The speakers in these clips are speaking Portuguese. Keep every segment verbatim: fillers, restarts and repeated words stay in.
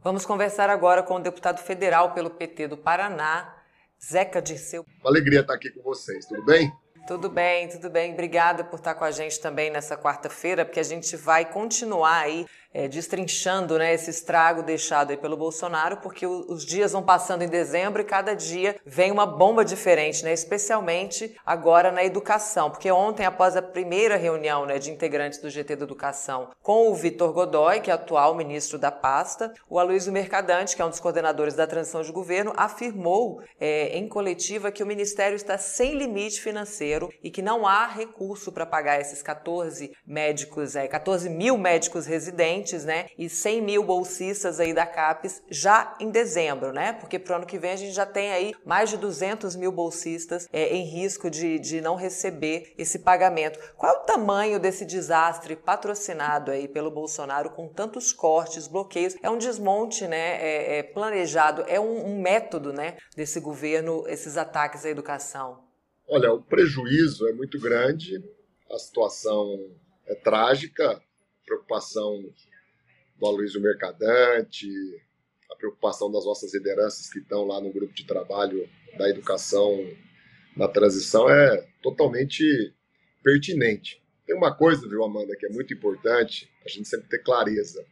Vamos conversar agora com o deputado federal pelo P T do Paraná, Zeca Dirceu. Uma alegria estar aqui com vocês, tudo bem? Tudo bem, tudo bem. Obrigada por estar com a gente também nessa quarta-feira, porque a gente vai continuar aí é, destrinchando, né, esse estrago deixado aí pelo Bolsonaro, porque o, os dias vão passando em dezembro e cada dia vem uma bomba diferente, né, especialmente agora na educação, porque ontem, após a primeira reunião, né, de integrantes do G T da Educação com o Vitor Godoy, que é atual ministro da pasta, o Aloysio Mercadante, que é um dos coordenadores da transição de governo, afirmou é, em coletiva que o Ministério está sem limite financeiro e que não há recurso para pagar esses quatorze médicos, é, quatorze mil médicos residentes, né, e cem mil bolsistas aí da CAPES já em dezembro, né, porque para o ano que vem a gente já tem aí mais de duzentos mil bolsistas é, em risco de, de não receber esse pagamento. Qual é o tamanho desse desastre patrocinado aí pelo Bolsonaro com tantos cortes, bloqueios? É um desmonte, né, é, é planejado, é um, um método, né, desse governo, esses ataques à educação. Olha, o prejuízo é muito grande, a situação é trágica, a preocupação do Aloysio Mercadante, a preocupação das nossas lideranças que estão lá no grupo de trabalho da educação na transição é totalmente pertinente. Tem uma coisa, viu, Amanda, que é muito importante, a gente sempre ter clareza.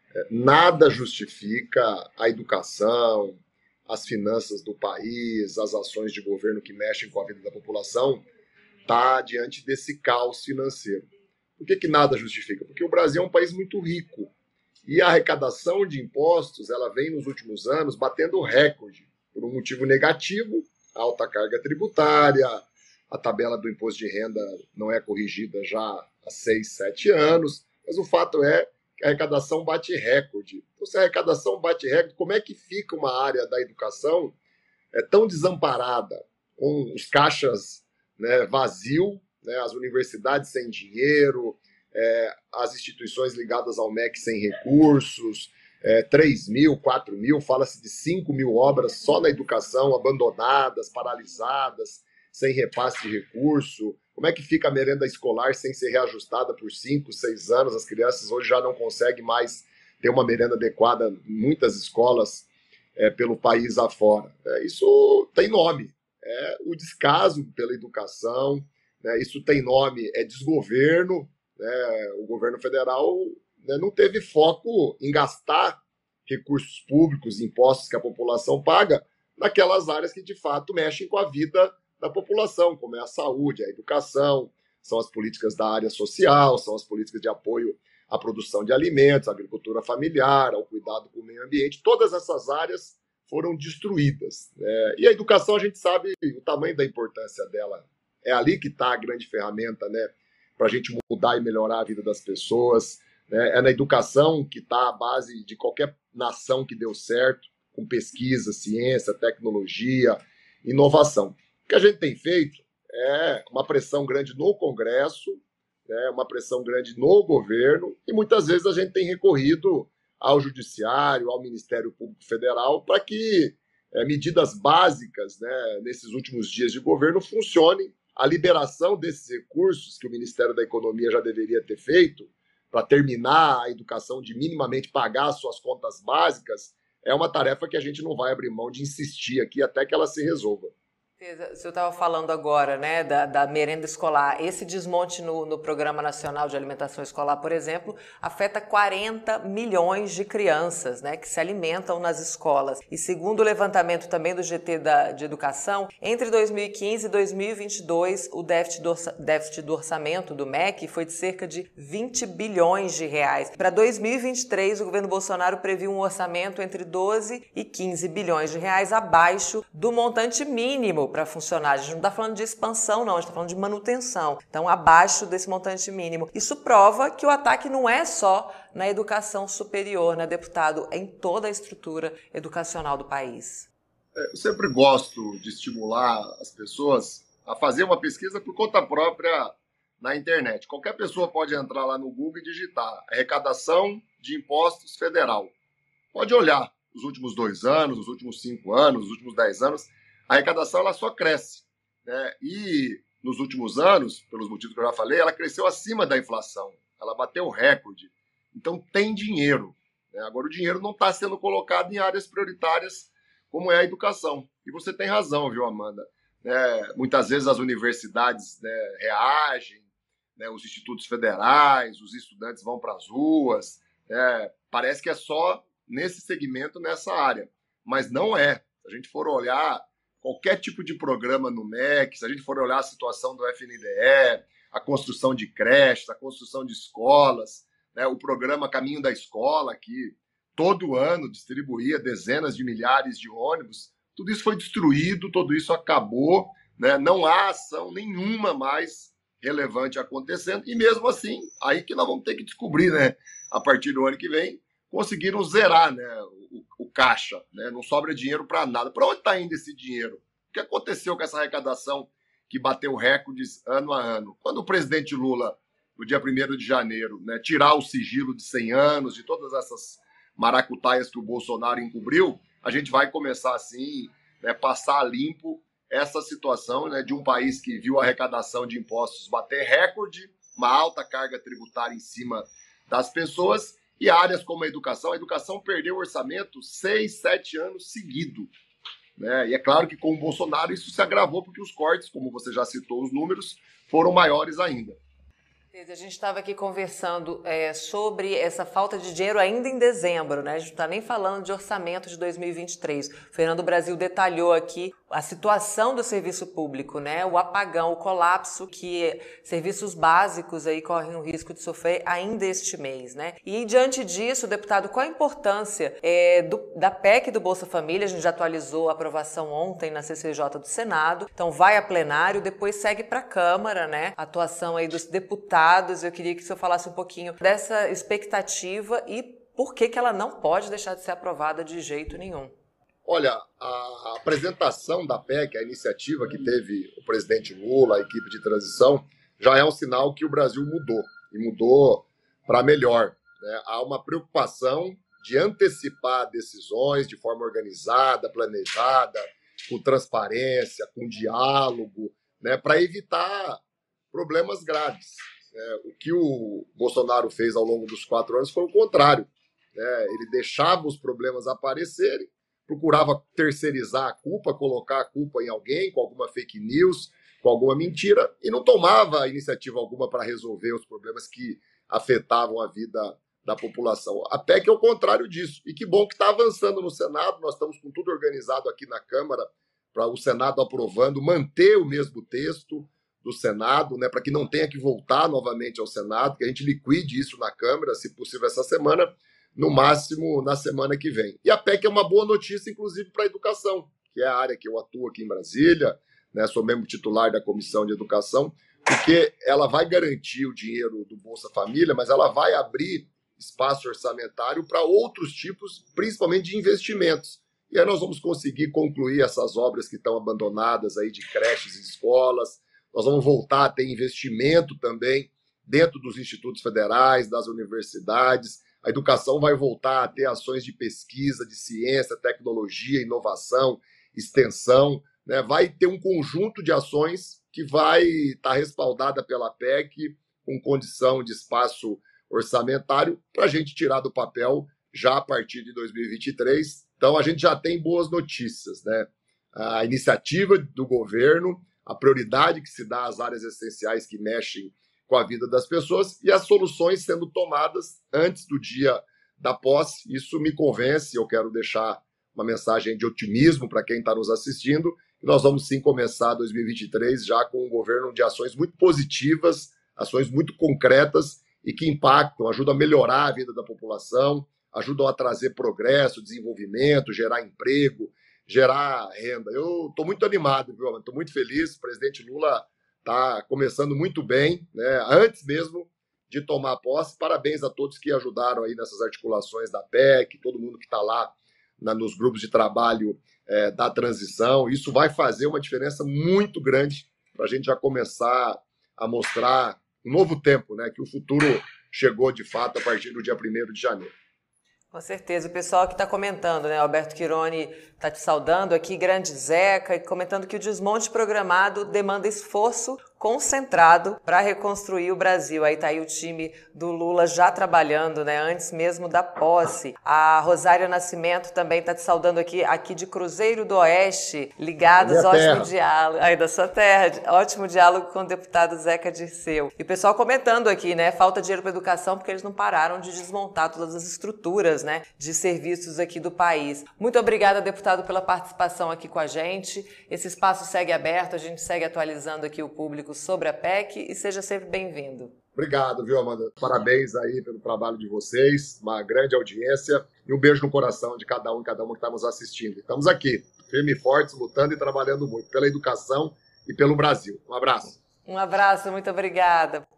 Nada justifica a educação, as finanças do país, as ações de governo que mexem com a vida da população, está diante desse caos financeiro. Por que que nada justifica? Porque o Brasil é um país muito rico e a arrecadação de impostos ela vem nos últimos anos batendo recorde por um motivo negativo, alta carga tributária, a tabela do imposto de renda não é corrigida já há seis, sete anos, mas o fato é que a arrecadação bate recorde. Então, se a arrecadação bate recorde, como é que fica uma área da educação é, tão desamparada, com os caixas, né, vazio, né, as universidades sem dinheiro, é, as instituições ligadas ao M E C sem recursos, é, três mil, quatro mil, fala-se de cinco mil obras só na educação, abandonadas, paralisadas, sem repasse de recurso. Como é que fica a merenda escolar sem ser reajustada por cinco, seis anos? As crianças hoje já não conseguem mais ter uma merenda adequada em muitas escolas é, pelo país afora. É, isso tem nome, é o descaso pela educação, né, isso tem nome, é desgoverno, né, o governo federal, né, não teve foco em gastar recursos públicos, impostos que a população paga, naquelas áreas que de fato mexem com a vida da população, como é a saúde, a educação, são as políticas da área social, são as políticas de apoio à produção de alimentos, à agricultura familiar, ao cuidado com o meio ambiente. Todas essas áreas foram destruídas. É, e a educação, a gente sabe o tamanho da importância dela. É ali que está a grande ferramenta, né, para a gente mudar e melhorar a vida das pessoas. Né? É na educação que está a base de qualquer nação que deu certo, com pesquisa, ciência, tecnologia, inovação. O que a gente tem feito é uma pressão grande no Congresso, né, uma pressão grande no governo, e muitas vezes a gente tem recorrido ao Judiciário, ao Ministério Público Federal, para que é, medidas básicas, né, nesses últimos dias de governo funcionem. A liberação desses recursos que o Ministério da Economia já deveria ter feito para terminar a educação de minimamente pagar as suas contas básicas é uma tarefa que a gente não vai abrir mão de insistir aqui até que ela se resolva. O senhor estava falando agora, né, da, da merenda escolar. Esse desmonte no, no Programa Nacional de Alimentação Escolar, por exemplo, afeta quarenta milhões de crianças, né, que se alimentam nas escolas. E segundo o levantamento também do G T da, de Educação, entre dois mil e quinze e dois mil e vinte e dois, o déficit do, orça, déficit do orçamento do M E C foi de cerca de vinte bilhões de reais. Para dois mil e vinte e três, o governo Bolsonaro previu um orçamento entre doze e quinze bilhões de reais, abaixo do montante mínimo para funcionar. A gente não está falando de expansão, não, a gente está falando de manutenção. Então, abaixo desse montante mínimo. Isso prova que o ataque não é só na educação superior, né, deputado? É em toda a estrutura educacional do país. Eu sempre gosto de estimular as pessoas a fazer uma pesquisa por conta própria na internet. Qualquer pessoa pode entrar lá no Google e digitar arrecadação de impostos federal. Pode olhar os últimos dois anos, os últimos cinco anos, os últimos dez anos. A arrecadação ela só cresce, né? E nos últimos anos, pelos motivos que eu já falei, ela cresceu acima da inflação, ela bateu recorde. Então tem dinheiro. né? Agora, o dinheiro não está sendo colocado em áreas prioritárias como é a educação. E você tem razão, viu, Amanda? É, muitas vezes as universidades, né, reagem, né, os institutos federais, os estudantes vão para as ruas, né, parece que é só nesse segmento, nessa área, mas não é. Se a gente for olhar qualquer tipo de programa no M E C, se a gente for olhar a situação do F N D E, a construção de creches, a construção de escolas, né, o programa Caminho da Escola, que todo ano distribuía dezenas de milhares de ônibus, tudo isso foi destruído, tudo isso acabou, né? Não há ação nenhuma mais relevante acontecendo, e mesmo assim, aí que nós vamos ter que descobrir, né? A partir do ano que vem, conseguiram zerar, né, o, o caixa, né? Não sobra dinheiro para nada. Para onde está indo esse dinheiro? O que aconteceu com essa arrecadação que bateu recordes ano a ano? Quando o presidente Lula, no dia primeiro de janeiro, né, tirar o sigilo de cem anos, de todas essas maracutaias que o Bolsonaro encobriu, a gente vai começar assim, né, passar a limpo essa situação, né, de um país que viu a arrecadação de impostos bater recorde, uma alta carga tributária em cima das pessoas, e áreas como a educação. A educação perdeu o orçamento seis, sete anos seguidos, né? E é claro que com o Bolsonaro isso se agravou, porque os cortes, como você já citou os números, foram maiores ainda. A gente estava aqui conversando é, sobre essa falta de dinheiro ainda em dezembro, né? A gente não está nem falando de orçamento de dois mil e vinte e três. O Fernando Brasil detalhou aqui a situação do serviço público, né? O apagão, o colapso que serviços básicos aí correm o risco de sofrer ainda este mês, né? E diante disso, deputado, qual a importância é, do, da P E C do Bolsa Família? A gente já atualizou a aprovação ontem na C C J do Senado, então vai a plenário, depois segue para a Câmara, né? A atuação aí dos deputados. Eu queria que o senhor falasse um pouquinho dessa expectativa e por que que ela não pode deixar de ser aprovada de jeito nenhum. Olha, a apresentação da P E C, a iniciativa que teve o presidente Lula, a equipe de transição, já é um sinal que o Brasil mudou, e mudou para melhor, né? Há uma preocupação de antecipar decisões de forma organizada, planejada, com transparência, com diálogo, né, para evitar problemas graves. É, o que o Bolsonaro fez ao longo dos quatro anos foi o contrário, né? Ele deixava os problemas aparecerem, procurava terceirizar a culpa, colocar a culpa em alguém, com alguma fake news, com alguma mentira, e não tomava iniciativa alguma para resolver os problemas que afetavam a vida da população. A P E C é o contrário disso, e que bom que está avançando no Senado. Nós estamos com tudo organizado aqui na Câmara, para o Senado aprovando, manter o mesmo texto do Senado, né, para que não tenha que voltar novamente ao Senado, que a gente liquide isso na Câmara, se possível essa semana, no máximo na semana que vem. E a P E C é uma boa notícia, inclusive, para a educação, que é a área que eu atuo aqui em Brasília, né, sou membro titular da Comissão de Educação, porque ela vai garantir o dinheiro do Bolsa Família, mas ela vai abrir espaço orçamentário para outros tipos, principalmente de investimentos. E aí nós vamos conseguir concluir essas obras que estão abandonadas aí de creches e escolas. Nós vamos voltar a ter investimento também dentro dos institutos federais, das universidades. A educação vai voltar a ter ações de pesquisa, de ciência, tecnologia, inovação, extensão, né? Vai ter um conjunto de ações que vai estar respaldada pela P E C, com condição de espaço orçamentário, para a gente tirar do papel já a partir de dois mil e vinte e três. Então, a gente já tem boas notícias, né? A iniciativa do governo, a prioridade que se dá às áreas essenciais que mexem com a vida das pessoas e as soluções sendo tomadas antes do dia da posse. Isso me convence. Eu quero deixar uma mensagem de otimismo para quem está nos assistindo. E nós vamos sim começar dois mil e vinte e três já com um governo de ações muito positivas, ações muito concretas e que impactam, ajudam a melhorar a vida da população, ajudam a trazer progresso, desenvolvimento, gerar emprego, gerar renda. Eu estou muito animado, viu? Estou muito feliz. O presidente Lula está começando muito bem, né? Antes mesmo de tomar posse. Parabéns a todos que ajudaram aí nessas articulações da P E C, todo mundo que está lá na, nos grupos de trabalho é, da transição. Isso vai fazer uma diferença muito grande para a gente já começar a mostrar um novo tempo, né? Que o futuro chegou de fato a partir do dia primeiro de janeiro. Com certeza. O pessoal que está comentando, né? Alberto Quironi está te saudando aqui, grande Zeca, e comentando que o desmonte programado demanda esforço, concentrado para reconstruir o Brasil. Aí tá aí o time do Lula já trabalhando, né, antes mesmo da posse. A Rosário Nascimento também está te saudando aqui, aqui de Cruzeiro do Oeste, ligados, ótimo terra. diálogo, aí da sua terra, ótimo diálogo com o deputado Zeca Dirceu. E o pessoal comentando aqui, né, falta dinheiro para educação porque eles não pararam de desmontar todas as estruturas, né, de serviços aqui do país. Muito obrigada, deputado, pela participação aqui com a gente. Esse espaço segue aberto, a gente segue atualizando aqui o público sobre a P E C e seja sempre bem-vindo. Obrigado, viu, Amanda? Parabéns aí pelo trabalho de vocês, uma grande audiência e um beijo no coração de cada um e cada uma que está nos assistindo. Estamos aqui, firmes e fortes, lutando e trabalhando muito pela educação e pelo Brasil. Um abraço. Um abraço, muito obrigada.